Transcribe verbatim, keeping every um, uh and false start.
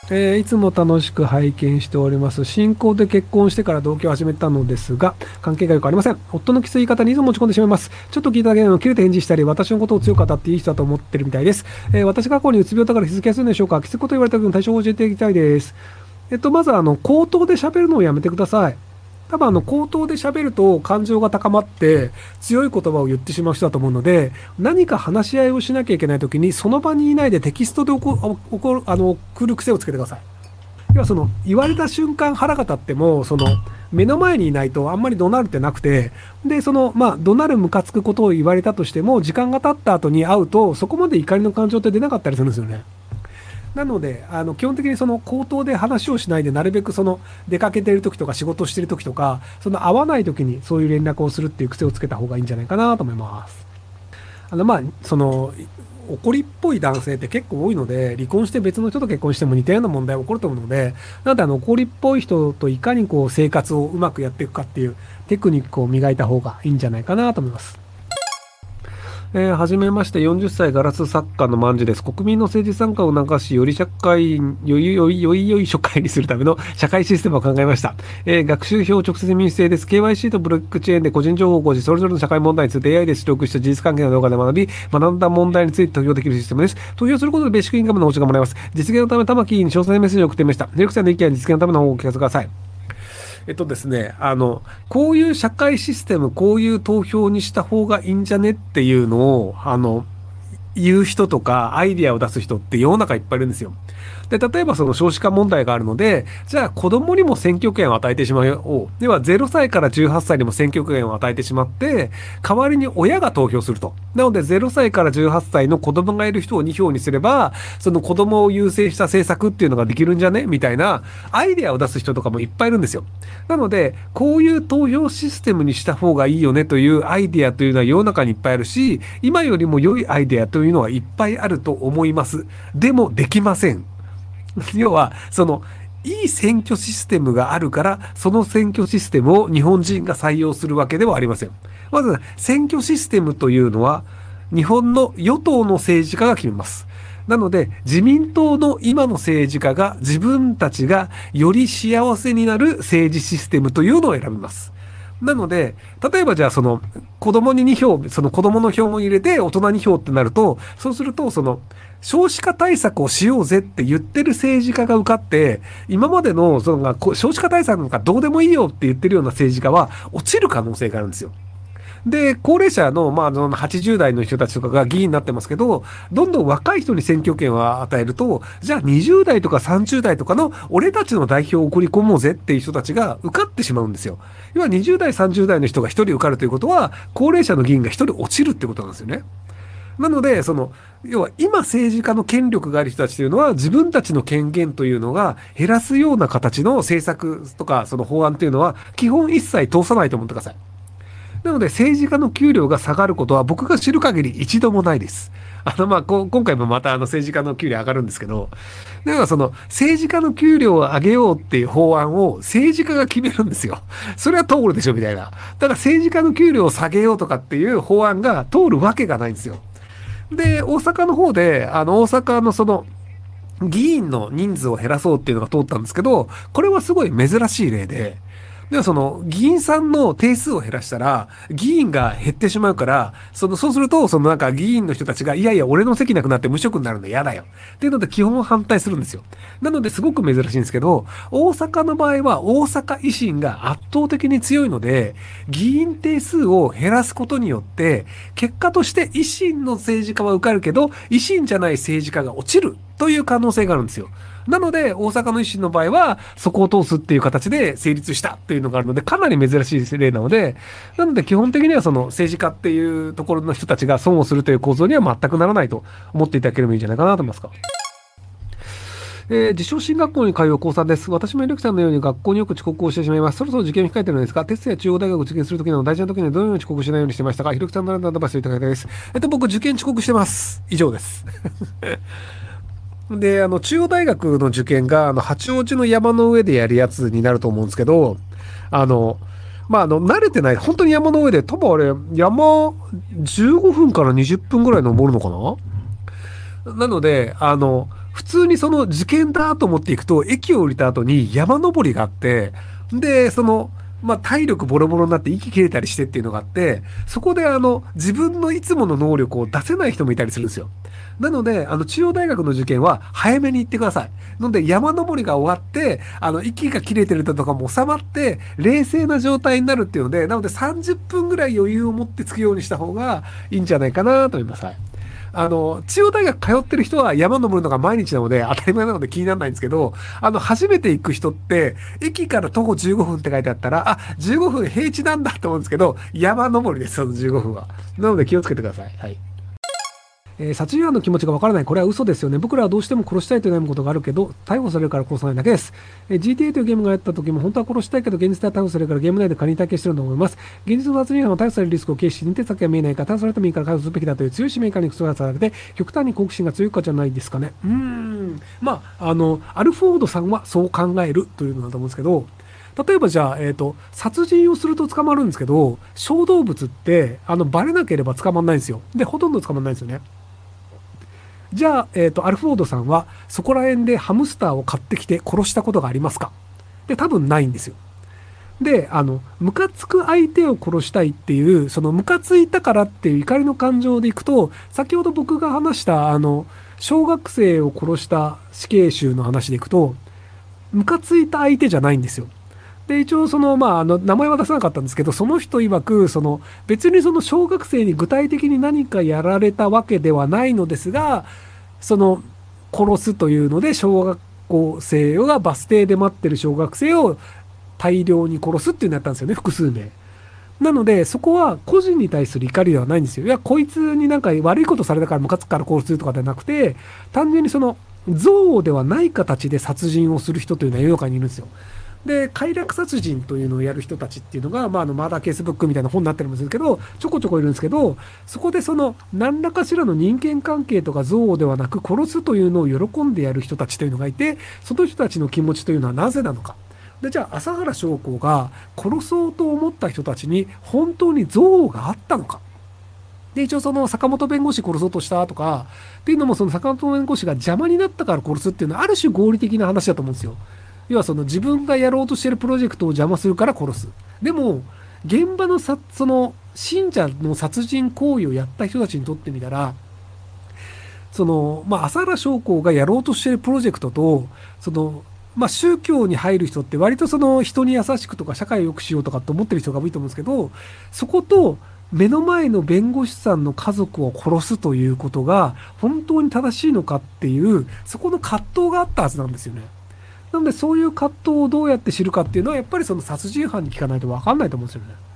えーいつも楽しく拝見しております。新婚で結婚してから同居を始めたのですが、関係がよくありません。夫のきつい言い方にいつも持ち込んでしまいます。ちょっと聞いただけでも切れて返事したり、私のことを強く語っていい人だと思ってるみたいです。えー私が過去にうつ病だから気づきやすいのでしょうか。きついこと言われた時の対処を教えていきたいです。えっと、まず、あの、口頭で喋るのをやめてください。多分あの口頭で喋ると感情が高まって強い言葉を言ってしまう人だと思うので、何か話し合いをしなきゃいけない時にその場にいないでテキストで怒怒るあの送る癖をつけてください。要はその言われた瞬間腹が立ってもその目の前にいないとあんまり怒鳴るってなくて、でそのまあ怒鳴るムカつくことを言われたとしても時間が経った後に会うとそこまで怒りの感情って出なかったりするんですよね。なので、あの基本的にその口頭で話をしないで、なるべくその出かけてる時とか仕事してる時とか、その会わない時にそういう連絡をするっていう癖をつけた方がいいんじゃないかなと思います。あのまあ、その怒りっぽい男性って結構多いので、離婚して別の人と結婚しても似たような問題が起こると思うので、なのであの怒りっぽい人といかにこう生活をうまくやっていくかっていうテクニックを磨いた方がいいんじゃないかなと思います。えー、はじめまして、よんじゅっさいガラス作家の万次です。国民の政治参加を促し、より社会、よりよいよいよい社会にするための社会システムを考えました。えー、学習表直接民主制です。ケーワイシー とブロックチェーンで個人情報を保持、それぞれの社会問題について エーアイ で出力した事実関係の動画で学び、学んだ問題について投票できるシステムです。投票することでベーシックインカムの報酬がもらえます。実現のため、玉木委員に詳細なメッセージを送ってみました。ヘルクさんの意見や実現のための方をお聞かせください。えっとですね、あの、こういう社会システム、こういう投票にした方がいいんじゃねっていうのを、あの、言う人とかアイディアを出す人って世の中いっぱいいるんですよ。で、例えばその少子化問題があるので、じゃあ子供にも選挙権を与えてしまおう。ではゼロさいからじゅうはっさいにも選挙権を与えてしまって、代わりに親が投票すると。なのでゼロさいからじゅうはっさいの子供がいる人をに票にすれば、その子供を優先した政策っていうのができるんじゃねみたいなアイデアを出す人とかもいっぱいいるんですよ。なので、こういう投票システムにした方がいいよねというアイデアというのは世の中にいっぱいあるし、今よりも良いアイデアというのはいっぱいあると思います。でもできません。要は、その、いい選挙システムがあるから、その選挙システムを日本人が採用するわけではありません。まず、選挙システムというのは、日本の与党の政治家が決めます。なので、自民党の今の政治家が自分たちがより幸せになる政治システムというのを選びます。なので、例えばじゃあその子供にに票、その子供の票も入れて大人に票ってなると、そうするとその少子化対策をしようぜって言ってる政治家が受かって、今までのその少子化対策なんかどうでもいいよって言ってるような政治家は落ちる可能性があるんですよ。で、高齢者の、まあ、そのはちじゅう代の人たちとかが議員になってますけど、どんどん若い人に選挙権を与えると、じゃあにじゅう代とかさんじゅう代とかの俺たちの代表を送り込もうぜっていう人たちが受かってしまうんですよ。要はにじゅう代、さんじゅう代の人がひとり受かるということは、高齢者の議員がひとり落ちるってことなんですよね。なので、その、要は今政治家の権力がある人たちというのは自分たちの権限というのが減らすような形の政策とかその法案というのは基本一切通さないと思ってください。なので政治家の給料が下がることは僕が知る限り一度もないです。あのまあこ今回もまたあの政治家の給料上がるんですけど、だからその政治家の給料を上げようっていう法案を政治家が決めるんですよ。それは通るでしょみたいな。だから政治家の給料を下げようとかっていう法案が通るわけがないんですよ。で、大阪の方で、あの大阪のその議員の人数を減らそうっていうのが通ったんですけど、これはすごい珍しい例で、ではその議員さんの定数を減らしたら議員が減ってしまうから、そのそうするとそのなんか議員の人たちがいやいや俺の席なくなって無職になるの嫌だよっていうので基本反対するんですよ。なのですごく珍しいんですけど、大阪の場合は大阪維新が圧倒的に強いので、議員定数を減らすことによって結果として維新の政治家は受かるけど維新じゃない政治家が落ちるという可能性があるんですよ。なので、大阪の維新の場合は、そこを通すっていう形で成立したっていうのがあるので、かなり珍しい例なので、なので基本的にはその政治家っていうところの人たちが損をするという構造には全くならないと思っていただければいいんじゃないかなと思いますか。えー、自称進学校に通う高さんです。私もエレクさんのように学校によく遅刻をしてしまいます。そろそろ受験を控えているのですが、テストや中央大学を受験するときの大事なときにはどのように遅刻しないようにしてましたか。ひろきさんのアドバイスをいただきたいです。えっと、僕、受験遅刻してます。以上です。で、あの、中央大学の受験が、あの、八王子の山の上でやるやつになると思うんですけど、あの、まあ、あの、慣れてない、本当に山の上で、多分あれ、山じゅうごふんからにじゅっぷんぐらい登るのかな。なので、あの、 普通にその受験だと思っていくと、駅を降りた後に山登りがあって、で、その、まあ、体力ボロボロになって息切れたりしてっていうのがあって、そこであの、自分のいつもの能力を出せない人もいたりするんですよ。なので、あの、中央大学の受験は早めに行ってください。なので、山登りが終わって、あの、息が切れてるとかも収まって、冷静な状態になるっていうので、なのでさんじゅっぷんぐらい余裕を持ってつくようにした方がいいんじゃないかなと思います。はい。あの、中央大学通ってる人は山登るのが毎日なので当たり前なので気にならないんですけど、あの、初めて行く人って、駅から徒歩じゅうごふんって書いてあったら、あ、じゅうごふん平地なんだと思うんですけど、山登りです、そのじゅうごふんは。なので気をつけてください。はい。えー、殺人犯の気持ちがわからない。これは嘘ですよね。僕らはどうしても殺したいと悩むことがあるけど、逮捕されるから殺さないだけです。えー、ジーティーエー というゲームがやった時も、本当は殺したいけど、現実では逮捕されるからゲーム内で仮に体験してると思います。現実の殺人犯は逮捕されるリスクを軽視し、認定先が見えないから、逮捕されてもいいから逮捕するべきだという強い使命感に覆されて、極端に好奇心が強いかじゃないですかね。うーん。まあ、あの、アルフォードさんはそう考えるというのだと思うんですけど、例えばじゃあ、えっと、殺人をすると捕まるんですけど、小動物って、あの、バレなければ捕まんないんですよ。で、ほとんど捕まんないんですよね。じゃあ、えっと、アルフォードさんは、そこら辺でハムスターを買ってきて殺したことがありますか？で、多分ないんですよ。で、あの、ムカつく相手を殺したいっていう、そのムカついたからっていう怒りの感情でいくと、先ほど僕が話した、あの、小学生を殺した死刑囚の話でいくと、ムカついた相手じゃないんですよ。で、一応その、まあ、あの、名前は出さなかったんですけど、その人曰く、その、別にその小学生に具体的に何かやられたわけではないのですが、その、殺すというので、小学校生がバス停で待ってる小学生を大量に殺すっていうのやったんですよね、複数名。なので、そこは個人に対する怒りではないんですよ。いや、こいつになんか悪いことされたからムカつくから殺すとかではなくて、単純にその、憎悪ではない形で殺人をする人というのは世の中にいるんですよ。で、快楽殺人というのをやる人たちっていうのが、まあ、あの、マーダーケースブックみたいな本になってるんですけど、ちょこちょこいるんですけど、そこでその、何らかしらの人間関係とか憎悪ではなく、殺すというのを喜んでやる人たちというのがいて、その人たちの気持ちというのはなぜなのか。で、じゃあ、朝原将校が殺そうと思った人たちに本当に憎悪があったのか。で、一応その坂本弁護士殺そうとしたとか、っていうのもその坂本弁護士が邪魔になったから殺すっていうのはある種合理的な話だと思うんですよ。要はその自分がやろうとしているプロジェクトを邪魔するから殺す。でも、現場のさ、その、信者の殺人行為をやった人たちにとってみたら、その、まあ、朝原将校がやろうとしているプロジェクトと、その、まあ、宗教に入る人って割とその人に優しくとか社会を良くしようとかって思ってる人が多いと思うんですけど、そこと目の前の弁護士さんの家族を殺すということが本当に正しいのかっていう、そこの葛藤があったはずなんですよね。なのでそういう葛藤をどうやって知るかっていうのはやっぱりその殺人犯に聞かないと分かんないと思うんですよね。